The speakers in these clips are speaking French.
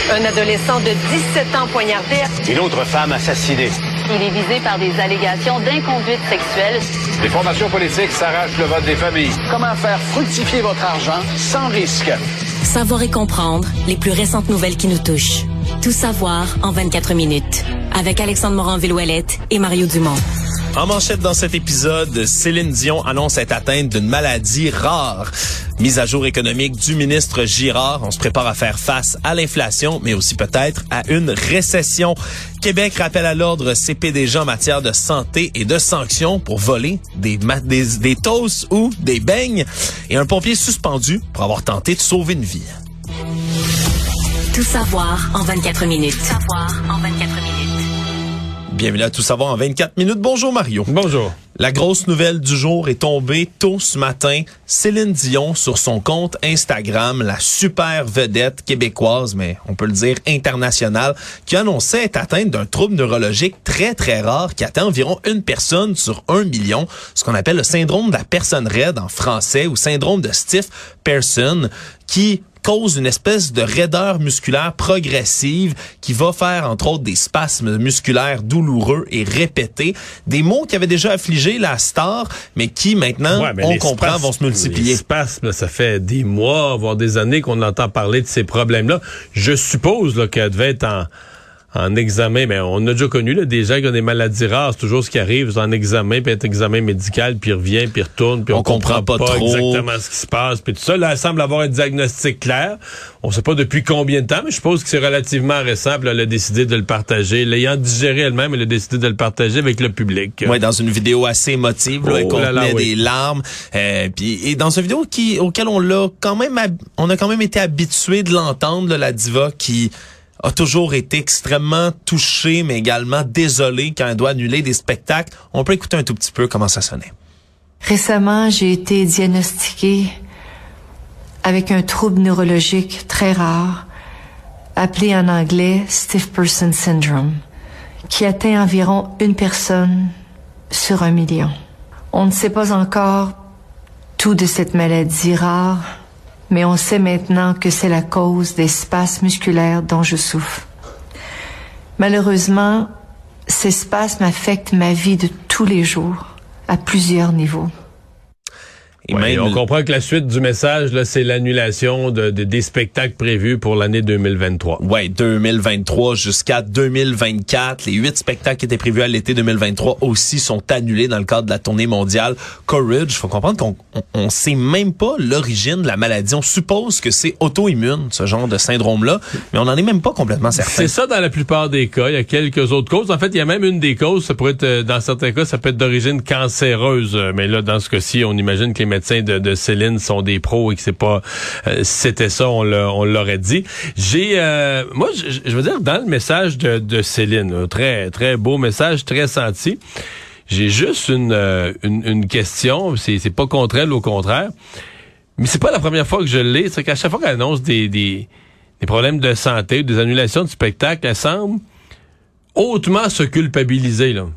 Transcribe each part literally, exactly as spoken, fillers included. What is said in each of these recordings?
Un adolescent de dix-sept ans poignardé. Une autre femme assassinée. Il est visé par des allégations d'inconduite sexuelle. Les formations politiques s'arrachent le vote des familles. Comment faire fructifier votre argent sans risque? Savoir et comprendre les plus récentes nouvelles qui nous touchent. Tout savoir en vingt-quatre minutes. Avec Alexandre Morin-Villouellette et Mario Dumont. En manchette dans cet épisode, Céline Dion annonce être atteinte d'une maladie rare. Mise à jour économique du ministre Girard. On se prépare à faire face à l'inflation, mais aussi peut-être à une récession. Québec rappelle à l'ordre ses P D G en matière de santé et de sanctions pour voler des, des, des toasts ou des beignes. Et un pompier suspendu pour avoir tenté de sauver une vie. Tout savoir en vingt-quatre minutes. Tout savoir en vingt-quatre minutes. Bienvenue à Tout savoir en vingt-quatre minutes. Bonjour Mario. Bonjour. La grosse nouvelle du jour est tombée tôt ce matin. Céline Dion, sur son compte Instagram, la super vedette québécoise, mais on peut le dire internationale, qui annonçait être atteinte d'un trouble neurologique très très rare qui atteint environ une personne sur un million, ce qu'on appelle le syndrome de la personne raide en français ou syndrome de stiff person, qui cause une espèce de raideur musculaire progressive qui va faire, entre autres, des spasmes musculaires douloureux et répétés. Des mots qui avaient déjà affligé la star, mais qui, maintenant, ouais, mais on comprend, spasmes, vont se multiplier. Les spasmes, ça fait des mois, voire des années qu'on entend parler de ces problèmes-là. Je suppose là, qu'elle devait être en... en examen, mais on a déjà connu là, des gens qui ont des maladies rares, c'est toujours ce qui arrive, c'est en examen, puis un examen médical, puis il revient, puis il retourne, puis on, on comprend, comprend pas, pas trop exactement ce qui se passe, puis tout ça. Là, elle semble avoir un diagnostic clair. On sait pas depuis combien de temps, mais je suppose que c'est relativement récent, puis elle a décidé de le partager. L'ayant digéré elle-même, elle a décidé de le partager avec le public. Oui, dans une vidéo assez émotive, là, oh, elle contenait là là, oui. des larmes, euh, puis et dans une vidéo qui, auquel on l'a quand même, on a quand même été habitué de l'entendre, là, la diva qui a toujours été extrêmement touchée, mais également désolée quand elle doit annuler des spectacles. On peut écouter un tout petit peu comment ça sonnait. Récemment, j'ai été diagnostiquée avec un trouble neurologique très rare, appelé en anglais Stiff Person Syndrome, qui atteint environ une personne sur un million. On ne sait pas encore tout de cette maladie rare, mais on sait maintenant que c'est la cause des spasmes musculaires dont je souffre. Malheureusement, ces spasmes affectent ma vie de tous les jours, à plusieurs niveaux. Et ouais, même... On comprend que la suite du message, là, c'est l'annulation de, de, des spectacles prévus pour l'année deux mille vingt-trois. Oui, deux mille vingt-trois jusqu'à deux mille vingt-quatre. Les huit spectacles qui étaient prévus à l'été deux mille vingt-trois aussi sont annulés dans le cadre de la tournée mondiale Courage. Il faut comprendre qu'on on, on sait même pas l'origine de la maladie. On suppose que c'est auto-immune, ce genre de syndrome-là, mais on n'en est même pas complètement certain. C'est ça dans la plupart des cas. Il y a quelques autres causes. En fait, il y a même une des causes, ça pourrait être, dans certains cas, ça peut être d'origine cancéreuse. Mais là, dans ce cas-ci, on imagine que les médecins de, de Céline sont des pros et que c'est pas euh, si c'était ça on, l'a, on l'aurait dit. J'ai euh, moi je, je veux dire dans le message de, de Céline, un très très beau message, très senti. J'ai juste une euh, une, une question, c'est c'est pas contre elle, au contraire. Mais c'est pas la première fois que je l'ai, c'est qu'à chaque fois qu'elle annonce des des des problèmes de santé, des annulations de spectacles, elle semble hautement se culpabiliser là.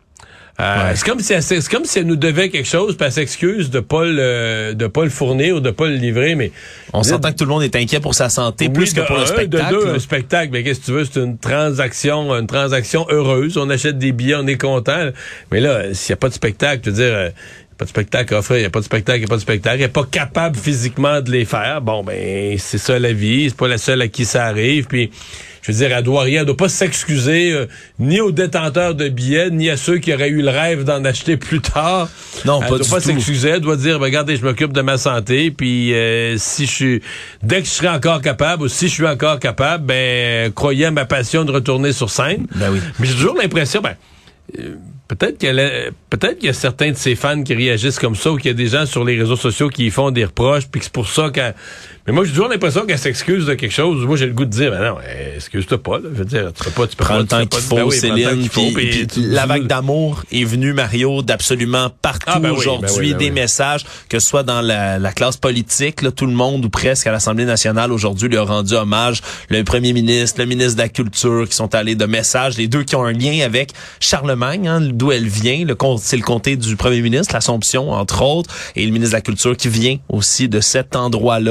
Euh, ouais. C'est comme si elle, c'est comme si elle nous devait quelque chose, puis elle s'excuse de pas le de pas le fournir ou de pas le livrer, mais on s'entend que tout le monde est inquiet pour sa santé, oui, plus que pour un, le spectacle. De deux, un spectacle, mais qu'est-ce que tu veux, c'est une transaction, une transaction heureuse. On achète des billets, on est content. Mais là, s'il y a pas de spectacle, je veux dire, euh, pas de spectacle à offrir, il y a pas de spectacle, il y a pas de spectacle, elle est pas capable physiquement de les faire. Bon, ben c'est ça la vie, c'est pas la seule à qui ça arrive, puis je veux dire, elle doit rien, elle doit pas s'excuser euh, ni aux détenteurs de billets, ni à ceux qui auraient eu le rêve d'en acheter plus tard. Non, elle pas doit du pas tout. s'excuser, elle doit dire, ben, regardez, je m'occupe de ma santé, puis euh, si je suis, dès que je serai encore capable, ou si je suis encore capable, ben, croyez à ma passion de retourner sur scène. Ben oui. Mais j'ai toujours l'impression, ben, euh, peut-être qu'elle est, peut-être qu'il y a certains de ses fans qui réagissent comme ça, ou qu'il y a des gens sur les réseaux sociaux qui y font des reproches, puis que c'est pour ça qu'elle... Mais moi, j'ai toujours l'impression qu'elle s'excuse de quelque chose. Moi, j'ai le goût de dire, ben non, excuse-toi pas, là. Je veux dire, tu peux pas, tu peux prends pas, le temps qu'il faut, ben oui, Céline. Puis, puis, puis, la vague d'amour est venue, Mario, d'absolument partout ah, ben oui, aujourd'hui. Ben oui, ben des oui. messages, que ce soit dans la, la classe politique, là, tout le monde ou presque à l'Assemblée nationale aujourd'hui lui a rendu hommage. Le premier ministre, le ministre de la Culture, qui sont allés de messages. Les deux qui ont un lien avec Charlemagne, hein, d'où elle vient. Le, c'est le comté du premier ministre, l'Assomption, entre autres. Et le ministre de la Culture qui vient aussi de cet endroit-là.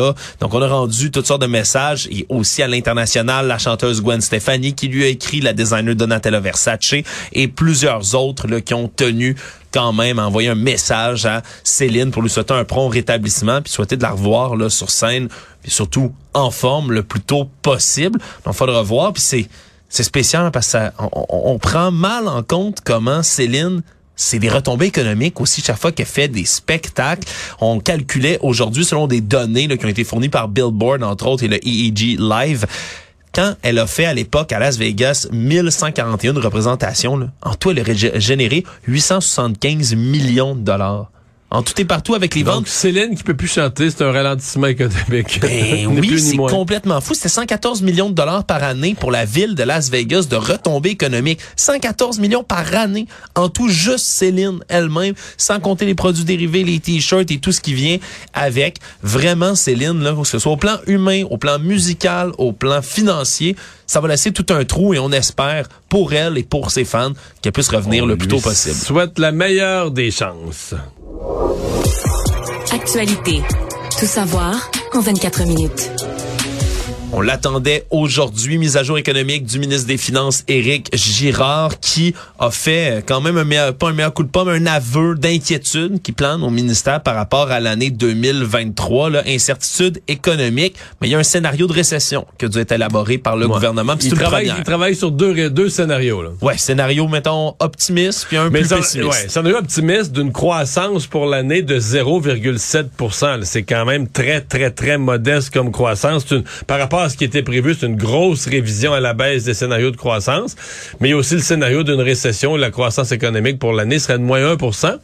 Donc, on a rendu toutes sortes de messages et aussi à l'international, la chanteuse Gwen Stefani qui lui a écrit, la designer Donatella Versace et plusieurs autres là, qui ont tenu quand même à envoyer un message à Céline pour lui souhaiter un prompt rétablissement puis souhaiter de la revoir là sur scène puis surtout en forme le plus tôt possible. Donc, il faudra voir. Puis c'est c'est spécial parce que ça, on, on prend mal en compte comment Céline, c'est des retombées économiques aussi chaque fois qu'elle fait des spectacles. On calculait aujourd'hui, selon des données là, qui ont été fournies par Billboard, entre autres, et le E E G Live, quand elle a fait à l'époque à Las Vegas mille cent quarante et un représentations, là, en tout, elle aurait généré huit cent soixante-quinze millions de dollars. En tout et partout avec les Donc, ventes. Céline qui peut plus chanter, c'est un ralentissement économique. Ben oui, c'est complètement fou. C'était cent quatorze millions de dollars par année pour la ville de Las Vegas de retombées économiques. cent quatorze millions par année. En tout, juste Céline elle-même, sans compter les produits dérivés, les t-shirts et tout ce qui vient avec. Vraiment, Céline, là, que ce soit au plan humain, au plan musical, au plan financier, ça va laisser tout un trou et on espère pour elle et pour ses fans qu'elle puisse revenir on le plus tôt possible. Souhaite la meilleure des chances. Actualité. Tout savoir en vingt-quatre minutes. On l'attendait aujourd'hui, mise à jour économique du ministre des Finances, Éric Girard, qui a fait quand même un meilleur, pas un meilleur coup de pomme, un aveu d'inquiétude qui plane au ministère par rapport à l'année deux mille vingt-trois, là, incertitude économique, mais il y a un scénario de récession qui a dû être élaboré par le ouais. gouvernement. Il travaille, il travaille sur deux, deux scénarios. Là. Ouais, scénario, mettons, optimiste, puis un mais plus ça, pessimiste. Ouais, scénario optimiste d'une croissance pour l'année de zéro virgule sept pour cent. C'est quand même très, très, très modeste comme croissance. Une, par rapport à ce qui était prévu, c'est une grosse révision à la baisse des scénarios de croissance, mais il y a aussi le scénario d'une récession où la croissance économique pour l'année serait de moins un pour cent.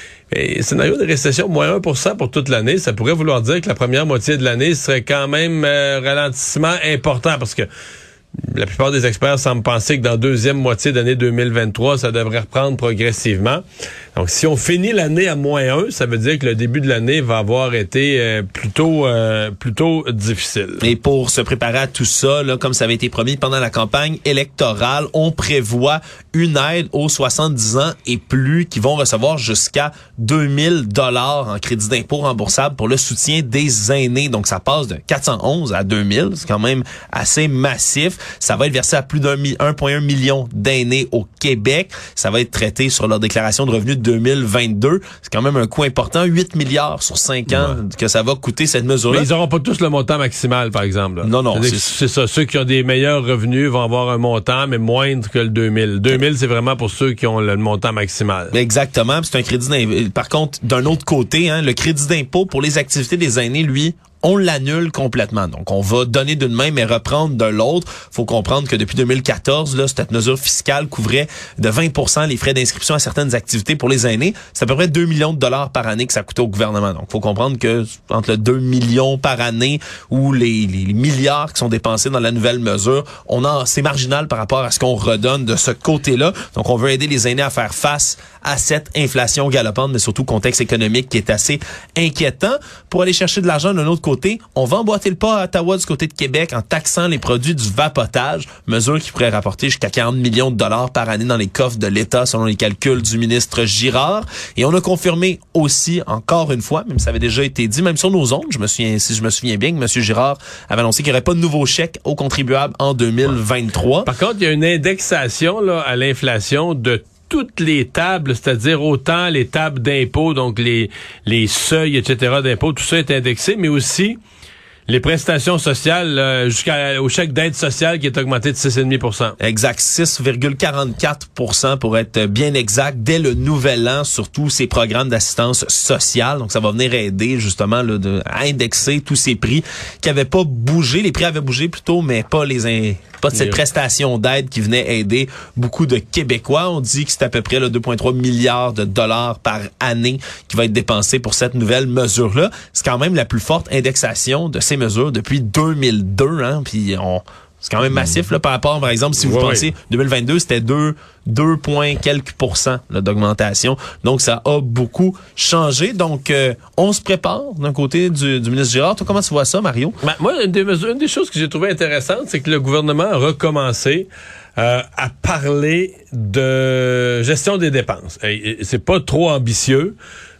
Et scénario de récession moins un pour cent pour toute l'année, ça pourrait vouloir dire que la première moitié de l'année serait quand même euh, ralentissement important parce que la plupart des experts semblent penser que dans la deuxième moitié d'année deux mille vingt-trois, ça devrait reprendre progressivement. Donc, si on finit l'année à moins un, ça veut dire que le début de l'année va avoir été euh, plutôt euh, plutôt difficile. Et pour se préparer à tout ça, là, comme ça avait été promis pendant la campagne électorale, on prévoit une aide aux soixante-dix ans et plus qui vont recevoir jusqu'à deux mille dollars en crédit d'impôt remboursable pour le soutien des aînés. Donc, ça passe de quatre cent onze à deux mille. C'est quand même assez massif. Ça va être versé à plus d'un un virgule un million d'aînés au Québec. Ça va être traité sur leur déclaration de revenus de deux mille vingt-deux. C'est quand même un coût important. huit milliards sur cinq ans ouais. que ça va coûter cette mesure-là. Mais ils n'auront pas tous le montant maximal, par exemple. Là. Non, non. C'est, c'est ça. Ceux qui ont des meilleurs revenus vont avoir un montant, mais moindre que le deux mille. deux mille, c'est vraiment pour ceux qui ont le montant maximal. Exactement. C'est un crédit d'impôt. Par contre, d'un autre côté, hein, le crédit d'impôt pour les activités des aînés, lui, on l'annule complètement. Donc, on va donner d'une main, mais reprendre de l'autre. Faut comprendre que depuis deux mille quatorze, là, cette mesure fiscale couvrait de vingt pour cent les frais d'inscription à certaines activités pour les aînés. C'est à peu près deux millions de dollars par année que ça coûtait au gouvernement. Donc, faut comprendre que entre le deux millions par année ou les, les milliards qui sont dépensés dans la nouvelle mesure, on a, c'est marginal par rapport à ce qu'on redonne de ce côté-là. Donc, on veut aider les aînés à faire face à cette inflation galopante, mais surtout contexte économique qui est assez inquiétant. Pour aller chercher de l'argent d'un autre côté, on va emboîter le pas à Ottawa du côté de Québec en taxant les produits du vapotage, mesure qui pourrait rapporter jusqu'à quarante millions de dollars par année dans les coffres de l'État selon les calculs du ministre Girard. Et on a confirmé aussi, encore une fois, même ça avait déjà été dit, même sur nos ondes, je me souviens, si je me souviens bien, que M. Girard avait annoncé qu'il n'y aurait pas de nouveau chèque aux contribuables en deux mille vingt-trois. Par contre, il y a une indexation là, à l'inflation de toutes les tables, c'est-à-dire autant les tables d'impôt, donc les les seuils, et cetera d'impôt, tout ça est indexé, mais aussi les prestations sociales euh, jusqu'au chèque d'aide sociale qui est augmenté de six virgule cinq pour cent. Exact, six virgule quarante-quatre pour cent pour être bien exact, dès le nouvel an, surtout ces programmes d'assistance sociale. Donc, ça va venir aider justement là, de, à indexer tous ces prix qui n'avaient pas bougé. Les prix avaient bougé plutôt, mais pas les in, pas de cette yeah. prestation d'aide qui venait aider beaucoup de Québécois. On dit que c'est à peu près là, deux virgule trois milliards de dollars par année qui va être dépensé pour cette nouvelle mesure-là. C'est quand même la plus forte indexation de ces mesures depuis deux mille deux, hein, puis on c'est quand même massif là par rapport, par exemple, si vous oui, pensez oui. deux mille vingt-deux, c'était deux deux points quelques pourcents là, d'augmentation. Donc ça a beaucoup changé. Donc euh, on se prépare d'un côté du, du ministre Girard. Toi, comment tu vois ça, Mario? Ben, moi, une des mesures, une des choses que j'ai trouvé intéressante, c'est que le gouvernement a recommencé euh, à parler de gestion des dépenses. Et, et, c'est pas trop ambitieux,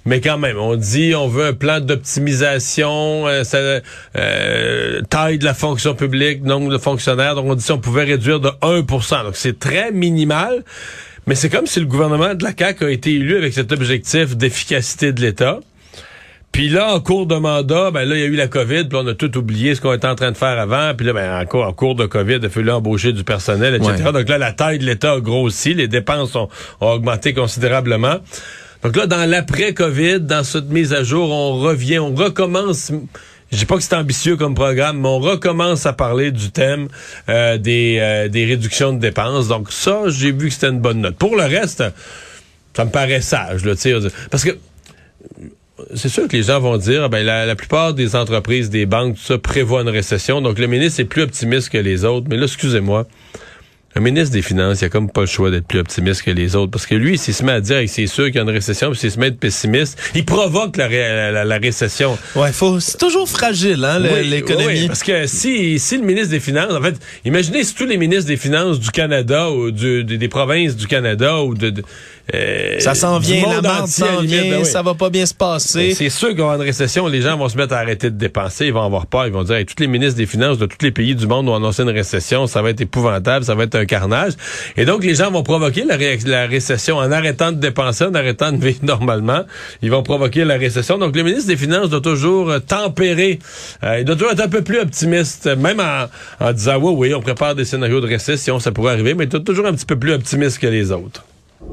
Mais quand même, on dit on veut un plan d'optimisation, euh, ça, euh, taille de la fonction publique, nombre de fonctionnaires. Donc on dit si on pouvait réduire de un pour cent. Donc c'est très minimal, mais c'est comme si le gouvernement de la C A Q a été élu avec cet objectif d'efficacité de l'État. Puis là, en cours de mandat, ben là, il y a eu la COVID, puis on a tout oublié ce qu'on était en train de faire avant. Puis là, ben en cours, en cours de COVID, il a fallu embaucher du personnel, et cetera. Ouais. Donc là, la taille de l'État a grossi, les dépenses ont, ont augmenté considérablement. Donc là, dans l'après-COVID, dans cette mise à jour, on revient, on recommence. Je dis pas que c'est ambitieux comme programme, mais on recommence à parler du thème euh, des, euh, des réductions de dépenses. Donc ça, j'ai vu que c'était une bonne note. Pour le reste, ça me paraît sage, là, tu sais, parce que c'est sûr que les gens vont dire, ben la, la plupart des entreprises, des banques, tout ça prévoit une récession. Donc le ministre est plus optimiste que les autres. Mais là, excusez-moi. Un ministre des Finances, il a comme pas le choix d'être plus optimiste que les autres. Parce que lui, s'il se met à dire que c'est sûr qu'il y a une récession, puis s'il se met à être pessimiste, il provoque la, ré- la, la récession. Ouais, faut, c'est toujours fragile, hein, oui, l'économie. Oui, parce que si, si le ministre des Finances, en fait, imaginez si tous les ministres des Finances du Canada ou du, des, des provinces du Canada ou de, de euh, ça s'en vient, la marde s'en vient, ben oui. Ça va pas bien se passer. Ben, c'est sûr qu'il va y avoir une récession, les gens vont se mettre à arrêter de dépenser, ils vont avoir peur, ils vont dire, hey, tous les ministres des Finances de tous les pays du monde ont annoncé une récession, ça va être épouvantable, ça va être un carnage. Et donc, les gens vont provoquer la, ré- la récession en arrêtant de dépenser, en arrêtant de vivre normalement. Ils vont provoquer la récession. Donc, le ministre des Finances doit toujours euh, tempérer. Euh, il doit toujours être un peu plus optimiste, même en, en disant, oui, oui, on prépare des scénarios de récession, ça pourrait arriver, mais il doit toujours un petit peu plus optimiste que les autres.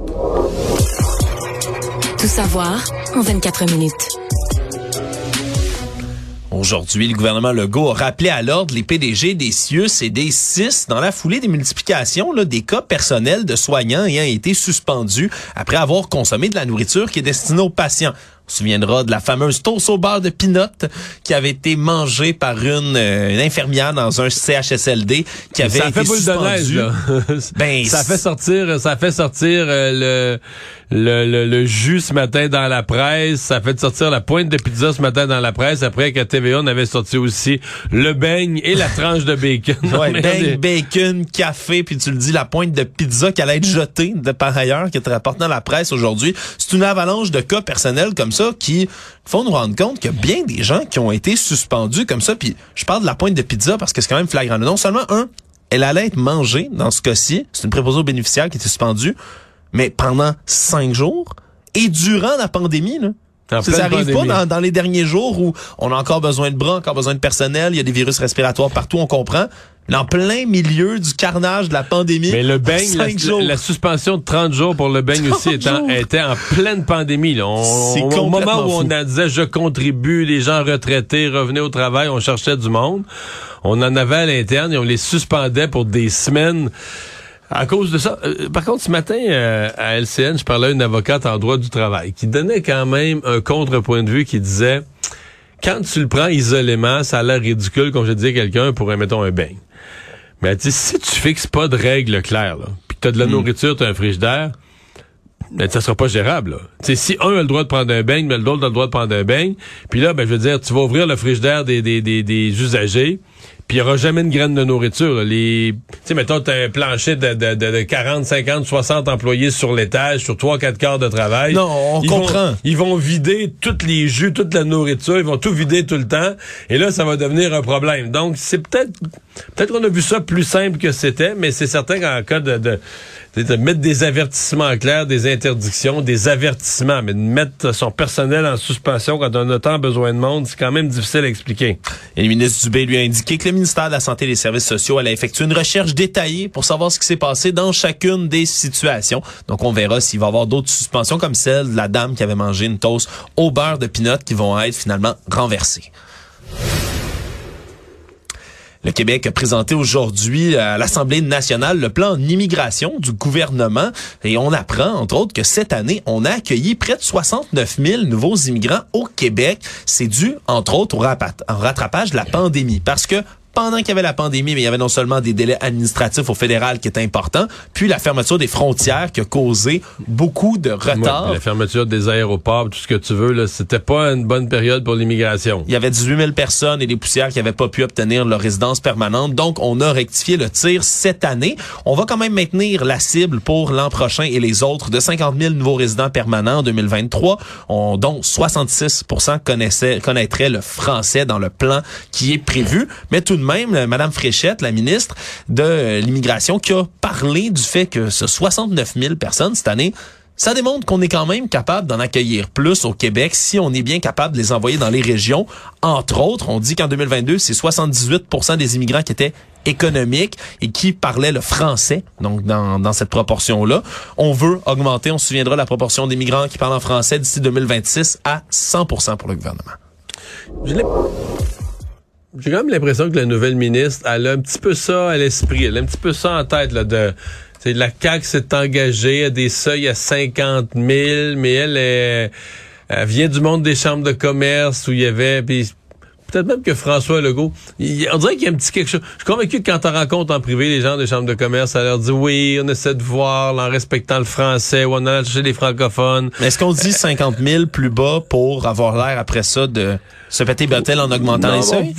Tout savoir en vingt-quatre minutes. Aujourd'hui, le gouvernement Legault a rappelé à l'ordre les P D G des C I U S et des C I S dans la foulée des multiplications là, des cas personnels de soignants ayant été suspendus après avoir consommé de la nourriture qui est destinée aux patients. On se souviendra de la fameuse toast au beurre de peanut qui avait été mangée par une, euh, une infirmière dans un C H S L D qui avait ça été fait boule suspendue. De neige, là. ben, ça fait sortir, ça fait sortir euh, le, le, le, le jus ce matin dans la presse. Ça fait sortir la pointe de pizza ce matin dans la presse. Après qu'à T V A, on avait sorti aussi le beigne et la tranche de bacon. Ouais, beigne, bacon, café, puis tu le dis, la pointe de pizza qui allait être jetée de par ailleurs, qui était rapportée dans la presse aujourd'hui. C'est une avalanche de cas personnels comme ça qui font nous rendre compte qu'il y a bien des gens qui ont été suspendus comme ça. Puis je parle de la pointe de pizza parce que c'est quand même flagrant. Non seulement, un, elle allait être mangée dans ce cas-ci. C'est une préposée aux bénéficiaires qui était suspendue, mais pendant cinq jours et durant la pandémie, là. Ça, ça arrive pas dans, dans les derniers jours où on a encore besoin de bras, encore besoin de personnel, il y a des virus respiratoires partout, on comprend. Mais en plein milieu du carnage de la pandémie. Mais le beigne, la, la suspension de trente jours pour le beigne aussi étant, était en pleine pandémie. Là. On, C'est on, au moment où fou. on a disait je contribue, les gens retraités revenaient au travail, on cherchait du monde. On en avait à l'interne et on les suspendait pour des semaines. À cause de ça. Euh, par contre, ce matin, euh, à L C N, je parlais à une avocate en droit du travail qui donnait quand même un contrepoint de vue qui disait, quand tu le prends isolément, ça a l'air ridicule, comme je disais quelqu'un, pour, mettons, un beigne. Mais elle dit, si tu fixes pas de règles claires, là, pis que t'as de la mmh. nourriture, t'as un frigidaire, ben, ça sera pas gérable, là. T'sais, si un a le droit de prendre un beigne, mais l'autre a le droit de prendre un beigne, puis là, ben, je veux dire, tu vas ouvrir le frigidaire des, des, des, des usagers, puis il n'y aura jamais une graine de nourriture. Là. Les, tu sais, mettons, t'as un plancher de, de, de, de quarante, cinquante, soixante employés sur l'étage, sur trois, quatre quarts de travail. Non, on ils comprend. Vont, ils vont vider tous les jus, toute la nourriture, ils vont tout vider tout le temps, et là, ça va devenir un problème. Donc, c'est peut-être, peut-être qu'on a vu ça plus simple que c'était, mais c'est certain qu'en cas de, de, de, de mettre des avertissements clairs, des interdictions, des avertissements, mais de mettre son personnel en suspension quand on a tant besoin de monde, c'est quand même difficile à expliquer. Et le ministre Dubé lui a indiqué que le ministère de la Santé et des Services sociaux allait effectuer une recherche détaillée pour savoir ce qui s'est passé dans chacune des situations. Donc, on verra s'il va y avoir d'autres suspensions comme celle de la dame qui avait mangé une toast au beurre de peanut qui vont être finalement renversées. Le Québec a présenté aujourd'hui à l'Assemblée nationale le plan d'immigration du gouvernement et on apprend, entre autres, que cette année, on a accueilli près de soixante-neuf mille nouveaux immigrants au Québec. C'est dû, entre autres, au rattrapage de la pandémie parce que pendant qu'il y avait la pandémie, mais il y avait non seulement des délais administratifs au fédéral qui étaient importants, puis la fermeture des frontières qui a causé beaucoup de retard. Ouais, la fermeture des aéroports, tout ce que tu veux, là, c'était pas une bonne période pour l'immigration. Il y avait dix-huit mille personnes et des poussières qui n'avaient pas pu obtenir leur résidence permanente. Donc, on a rectifié le tir cette année. On va quand même maintenir la cible pour l'an prochain et les autres de cinquante mille nouveaux résidents permanents en deux mille vingt-trois, on, dont soixante-six pour cent connaissaient, connaîtraient le français dans le plan qui est prévu. Mais tout de même, Mme Fréchette, la ministre de l'Immigration, qui a parlé du fait que ce soixante-neuf mille personnes cette année, ça démontre qu'on est quand même capable d'en accueillir plus au Québec si on est bien capable de les envoyer dans les régions. Entre autres, on dit qu'en deux mille vingt-deux, c'est soixante-dix-huit pour cent des immigrants qui étaient économiques et qui parlaient le français, donc dans, dans cette proportion-là. On veut augmenter, on se souviendra, la proportion des migrants qui parlent en français d'ici deux mille vingt-six à cent pour cent pour le gouvernement. Je l'ai... J'ai quand même l'impression que la nouvelle ministre, elle a un petit peu ça à l'esprit, elle a un petit peu ça en tête, là, de... C'est la C A Q s'est engagée à des seuils à cinquante mille, mais elle, est, elle vient du monde des chambres de commerce où il y avait... Pis peut-être même que François Legault, il, on dirait qu'il y a un petit quelque chose. Je suis convaincu que quand on rencontre en privé les gens des chambres de commerce, ça leur dit oui, on essaie de voir en respectant le français ou on a cherché les francophones. Mais est-ce qu'on dit cinquante mille plus bas pour avoir l'air après ça de se péter bretelle en augmentant non, les seuils?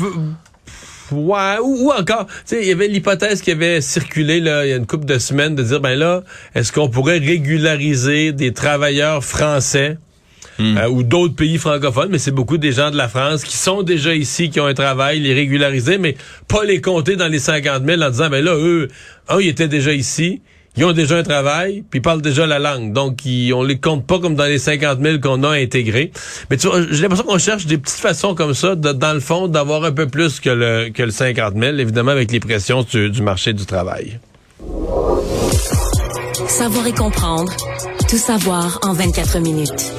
Ouais, ou, ou encore, tu sais, il y avait l'hypothèse qui avait circulé là, il y a une couple de semaines de dire, ben là, est-ce qu'on pourrait régulariser des travailleurs français mm. euh, ou d'autres pays francophones, mais c'est beaucoup des gens de la France qui sont déjà ici, qui ont un travail, les régulariser, mais pas les compter dans les cinquante mille en disant, ben là, eux, un, ils étaient déjà ici, ils ont déjà un travail, puis ils parlent déjà la langue. Donc, ils, on les compte pas comme dans les cinquante mille qu'on a intégrés. Mais tu vois, j'ai l'impression qu'on cherche des petites façons comme ça, de, dans le fond, d'avoir un peu plus que le, que le cinquante mille, évidemment avec les pressions du, du marché du travail. Savoir et comprendre. Tout savoir en vingt-quatre minutes.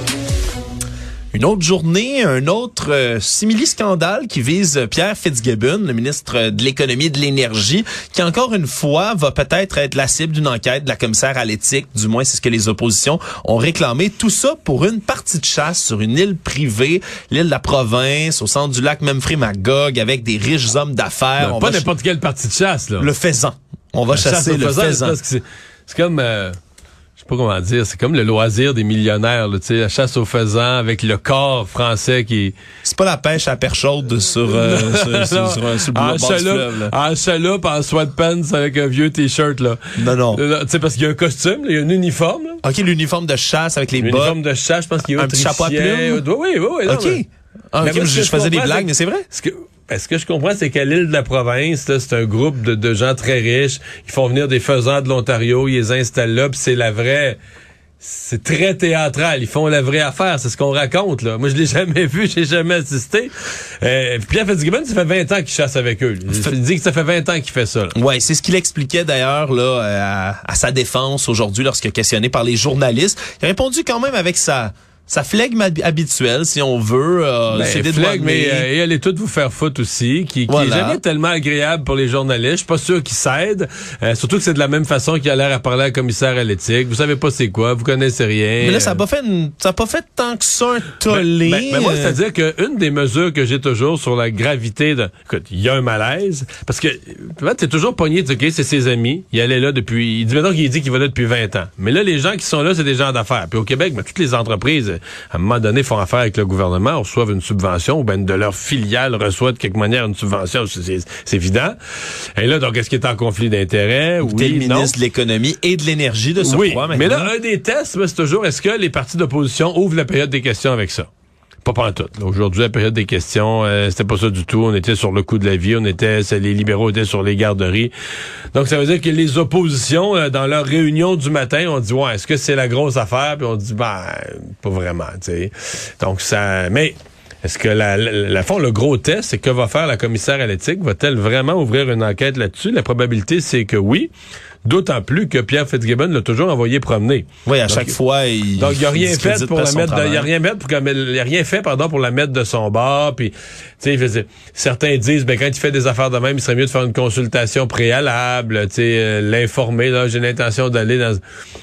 Une autre journée, un autre euh, simili-scandale qui vise Pierre Fitzgibbon, le ministre de l'Économie et de l'Énergie, qui encore une fois va peut-être être la cible d'une enquête de la commissaire à l'éthique. Du moins, c'est ce que les oppositions ont réclamé. Tout ça pour une partie de chasse sur une île privée, l'île de la Province, au centre du lac Memphrey-Magog, avec des riches hommes d'affaires. Non, On pas va n'importe ch- quelle partie de chasse, là. Le faisan. On va la chasser le faisan. faisan. C'est, c'est comme... Euh Je sais pas comment dire, c'est comme le loisir des millionnaires, tu sais, la chasse aux faisans avec le corps français qui... C'est pas la pêche à perche chaude sur, euh, sur, sur, sur, sur le bord du fleuve. En chaloupe, en sweatpants avec un vieux t-shirt, là. Non, non. Tu sais, parce qu'il y a un costume, là, il y a un uniforme, là. OK, l'uniforme de chasse avec les bottes. L'uniforme de chasse, je pense qu'il y a un petit chapeau à plumes. Oui, oui, oui. OK. Mais... Ah, OK, mais je, je faisais des blagues, mais c'est vrai? Ce que... Ce que je comprends, c'est qu'à l'île de la Province, là, c'est un groupe de, de gens très riches. Ils font venir des faisans de l'Ontario, ils les installent là, puis c'est la vraie... C'est très théâtral. Ils font la vraie affaire. C'est ce qu'on raconte, là. Moi, je l'ai jamais vu. J'ai jamais assisté. Euh, Pierre Fitzgibbon, ça fait vingt ans qu'il chasse avec eux. Il dit que ça fait vingt ans qu'il fait ça, là. Ouais, c'est ce qu'il expliquait d'ailleurs, là, à, à sa défense aujourd'hui lorsque questionné par les journalistes. Il a répondu quand même avec sa... Sa flegme habituelle, si on veut. Euh, ben, c'est des flegme, mais euh, et elle est toute vous faire foutre aussi, qui, qui voilà. est jamais tellement agréable pour les journalistes. Je suis pas sûr qu'ils s'aident. Euh, surtout que c'est de la même façon qu'il a l'air à parler à la commissaire à l'éthique. Vous savez pas c'est quoi, vous connaissez rien. Mais là, ça a pas fait une, ça a pas fait tant que ça un tollé. Ben, ben, ben moi, c'est-à-dire qu'une des mesures que j'ai toujours sur la gravité de... Écoute, il y a un malaise, parce que tu es toujours pogné, OK, c'est ses amis, il allait là depuis... Il dit maintenant qu'il dit qu'il va là depuis vingt ans. Mais là, les gens qui sont là, c'est des gens d'affaires. Puis au Québec, ben, toutes les entreprises... à un moment donné, font affaire avec le gouvernement, reçoivent une subvention, ou ben de leur filiale reçoit de quelque manière une subvention, c'est, c'est, c'est évident. Et là, donc, est-ce qu'il est en conflit d'intérêts? Oui, t'es le ministre non. de l'Économie et de l'Énergie de ce Oui, point, mais là, un des tests, c'est toujours, est-ce que les partis d'opposition ouvrent la période des questions avec ça? Pas pantoute. Aujourd'hui, la période des questions, euh, c'était pas ça du tout. On était sur le coût de la vie, on était, les libéraux étaient sur les garderies. Donc, ça veut dire que les oppositions, euh, dans leur réunion du matin, on dit, ouais, est-ce que c'est la grosse affaire? Puis on dit, ben, pas vraiment, tu sais. Donc, ça, mais, est-ce que la, la, la fond, le gros test, c'est que va faire la commissaire à l'éthique? Va-t-elle vraiment ouvrir une enquête là-dessus? La probabilité, c'est que oui. D'autant plus que Pierre Fitzgibbon l'a toujours envoyé promener. Oui, à donc, chaque fois, il donc il a rien fait pour la mettre, de, il a rien mettre pour il a rien fait pardon pour la mettre de son bord. Puis, tu sais, faisait, certains disent, ben quand il fait des affaires de même, il serait mieux de faire une consultation préalable, tu sais, euh, l'informer. Là, j'ai l'intention d'aller dans.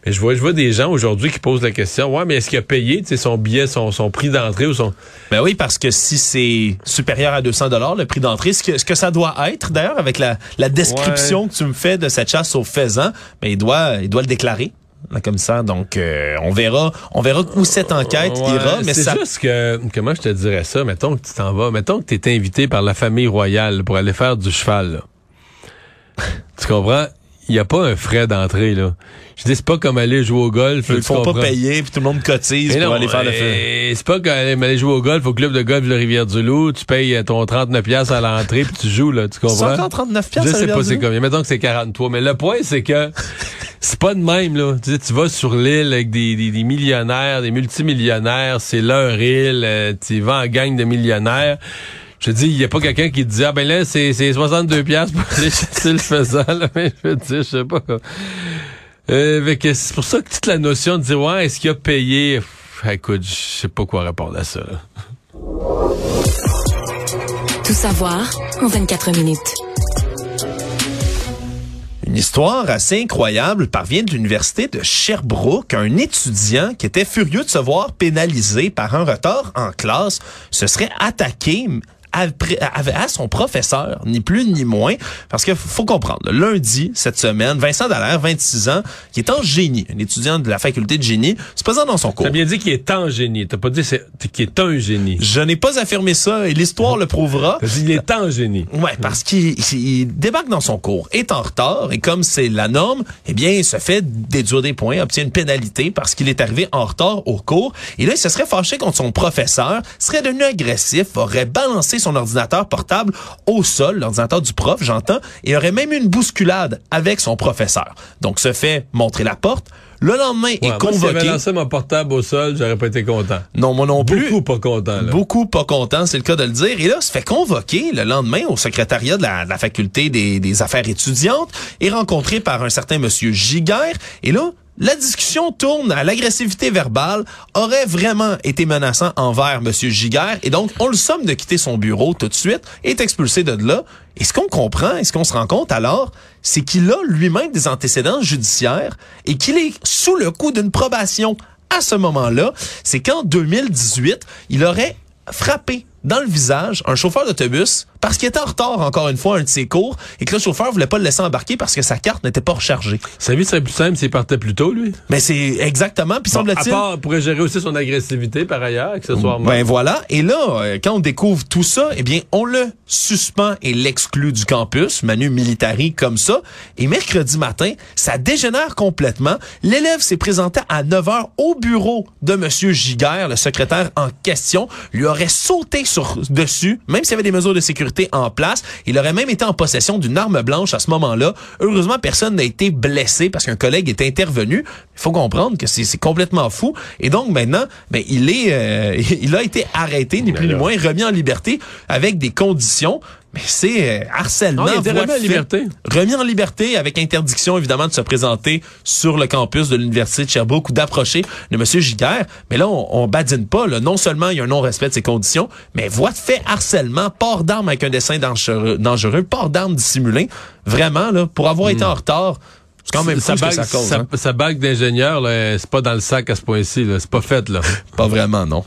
Mais je vois, je vois des gens aujourd'hui qui posent la question, ouais, mais est-ce qu'il a payé, tu sais, son billet, son, son prix d'entrée ou son... Ben oui, parce que si c'est supérieur à deux cents dollars le prix d'entrée, ce que, ce que ça doit être, d'ailleurs, avec la, la description ouais. que tu me fais de cette chasse au faisan, ben il doit, il doit le déclarer. Le commissaire, donc euh, on verra on verra où cette enquête ouais, ira, mais c'est ça... juste que, comment je te dirais ça, mettons que tu t'en vas, mettons que tu es invité par la famille royale pour aller faire du cheval, là. Tu comprends? Il n'y a pas un frais d'entrée, là. Je dis, c'est pas comme aller jouer au golf. Ils ne font pas payer, puis tout le monde cotise mais pour non, aller faire le fait. C'est pas comme aller jouer au golf au club de golf de Rivière-du-Loup, tu payes ton trente-neuf piastres à l'entrée, puis tu joues, là, tu comprends? C'est encore trente-neuf piastres Je sais pas c'est combien, mettons que c'est quarante-trois, mais le point, c'est que c'est pas de même, là. Tu sais, tu vas sur l'île avec des, des, des millionnaires, des multimillionnaires, c'est leur île, euh, tu vas en gang de millionnaires. Je te dis, il y a pas quelqu'un qui te dit, ah ben là, c'est, c'est soixante-deux piastres pour aller chasser le faisan, là. Mais je veux dire, je sais pas quoi. Euh, c'est pour ça que toute la notion de dire, ouais, est-ce qu'il a payé? Pff, écoute, je sais pas quoi répondre à ça, là. Tout savoir en vingt-quatre minutes. Une histoire assez incroyable parvient de l'université de Sherbrooke. Un étudiant qui était furieux de se voir pénalisé par un retard en classe se serait attaqué à son professeur, ni plus ni moins, parce que faut comprendre, le lundi, cette semaine, Vincent Dallaire, vingt-six ans, qui est en génie, un étudiant de la faculté de génie, se présente dans son cours. T'as bien dit qu'il est en génie, t'as pas dit qu'il est un génie. Je n'ai pas affirmé ça, et l'histoire le prouvera. T'as dit qu'il est en génie. Ouais, parce qu'il il débarque dans son cours, est en retard, et comme c'est la norme, eh bien, il se fait déduire des points, obtient une pénalité parce qu'il est arrivé en retard au cours, et là, il se serait fâché contre son professeur, serait devenu agressif, aurait balancé son ordinateur portable au sol, l'ordinateur du prof, j'entends, et aurait même eu une bousculade avec son professeur. Donc, se fait montrer la porte. Le lendemain, ouais, est convoqué. Moi, si j'avais lancé mon portable au sol, j'aurais pas été content. Non, moi non plus. Beaucoup pas content, là. Beaucoup pas content, c'est le cas de le dire. Et là, se fait convoquer le lendemain au secrétariat de la, de la faculté des, des affaires étudiantes et rencontré par un certain monsieur Giguère. Et là, la discussion tourne à l'agressivité verbale, aurait vraiment été menaçant envers monsieur Giguère, et donc on le somme de quitter son bureau tout de suite et est expulsé de là. Et ce qu'on comprend, et ce qu'on se rend compte alors, c'est qu'il a lui-même des antécédents judiciaires et qu'il est sous le coup d'une probation à ce moment-là. C'est qu'en deux mille dix-huit, il aurait frappé dans le visage un chauffeur d'autobus parce qu'il était en retard, encore une fois, à un de ses cours, et que le chauffeur voulait pas le laisser embarquer parce que sa carte n'était pas rechargée. Sa vie serait plus simple s'il partait plus tôt, lui. Mais c'est exactement, puis bon, semble-t-il... À part, il pourrait gérer aussi son agressivité, par ailleurs, accessoirement. Ben voilà, et là, quand on découvre tout ça, eh bien, on le suspend et l'exclut du campus, manu militari comme ça, et mercredi matin, ça dégénère complètement. L'élève s'est présenté à neuf heures au bureau de monsieur Giguère, le secrétaire en question, lui aurait sauté sur dessus, même s'il y avait des mesures de sécurité en place. Il aurait même été en possession d'une arme blanche à ce moment-là. Heureusement, personne n'a été blessé parce qu'un collègue est intervenu. Il faut comprendre que c'est, c'est complètement fou. Et donc, maintenant, ben, il est, euh, il a été arrêté, ni plus ni moins, remis en liberté avec des conditions. Mais c'est euh, harcèlement. Non, il a été remis en liberté. Remis en liberté avec interdiction, évidemment, de se présenter sur le campus de l'Université de Sherbrooke ou d'approcher de M. Giguère. Mais là, on, on badine pas. Là. Non seulement il y a un non-respect de ses conditions, mais voie de fait harcèlement, port d'armes avec un dessin dangereux, dangereux port d'armes dissimulé. Vraiment, là, pour avoir mmh. été en retard, c'est quand même fou ce que ça cause. Sa, hein. sa bague d'ingénieur, là, c'est pas dans le sac à ce point-ci. Là. C'est pas fait, là. Pas vraiment, non.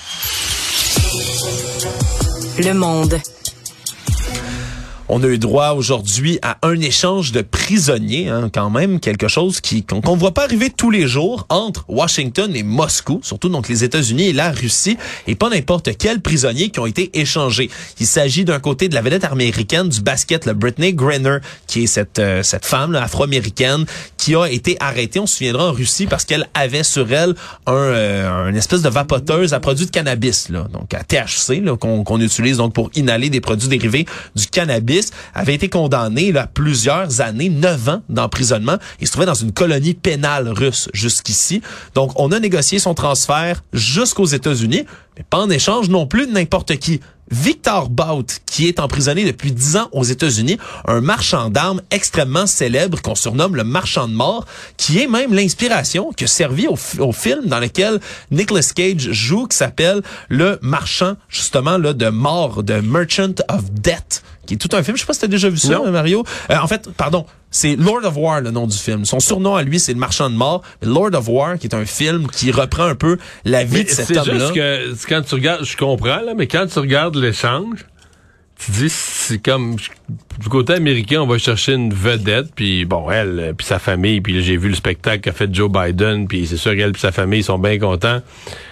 Le Monde. On a eu droit aujourd'hui à un échange de prisonniers, hein, quand même, quelque chose qui qu'on ne voit pas arriver tous les jours entre Washington et Moscou, surtout donc les États-Unis et la Russie, et pas n'importe quels prisonniers qui ont été échangés. Il s'agit d'un côté de la vedette américaine du basket, le Brittney Griner, qui est cette euh, cette femme là, afro-américaine qui a été arrêtée, on se souviendra, en Russie parce qu'elle avait sur elle un euh, une espèce de vapoteuse à produits de cannabis, là, donc à T H C, là, qu'on, qu'on utilise donc pour inhaler des produits dérivés du cannabis. Avait été condamné là, à plusieurs années, neuf ans d'emprisonnement. Il se trouvait dans une colonie pénale russe jusqu'ici. Donc, on a négocié son transfert jusqu'aux États-Unis, mais pas en échange non plus de n'importe qui. Victor Bout, qui est emprisonné depuis dix ans aux États-Unis, un marchand d'armes extrêmement célèbre qu'on surnomme le marchand de mort, qui est même l'inspiration qui a servi au, au film dans lequel Nicolas Cage joue, qui s'appelle Le Marchand, justement, là, de mort, de Merchant of Death, qui est tout un film. Je sais pas si t'as déjà vu ça, non. Mario. Euh, en fait, pardon, c'est Lord of War, le nom du film. Son surnom à lui, c'est le marchand de mort. Mais Lord of War, qui est un film qui reprend un peu la vie mais de cet c'est homme-là. Juste que quand tu regardes, je comprends, là, mais quand tu regardes l'échange, tu dis, c'est comme, du côté américain, on va chercher une vedette, puis bon, elle, puis sa famille, puis j'ai vu le spectacle qu'a fait Joe Biden, puis c'est sûr qu'elle et sa famille sont bien contents.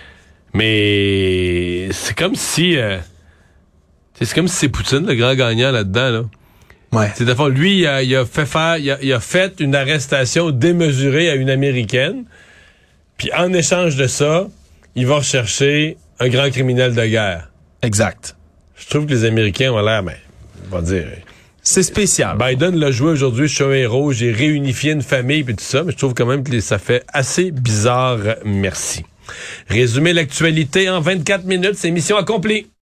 Mais c'est comme si, euh, c'est comme si c'est Poutine, le grand gagnant là-dedans, là. Ouais. C'est d'abord, lui, il a, il a fait faire, il a, il a fait une arrestation démesurée à une Américaine, puis en échange de ça, il va rechercher un grand criminel de guerre. Exact. Je trouve que les Américains ont l'air, ben, on va dire... C'est spécial. Biden l'a joué aujourd'hui, je suis un héros, j'ai réunifié une famille puis tout ça, mais je trouve quand même que ça fait assez bizarre. Merci. Résumer l'actualité en vingt-quatre minutes, c'est mission accomplie.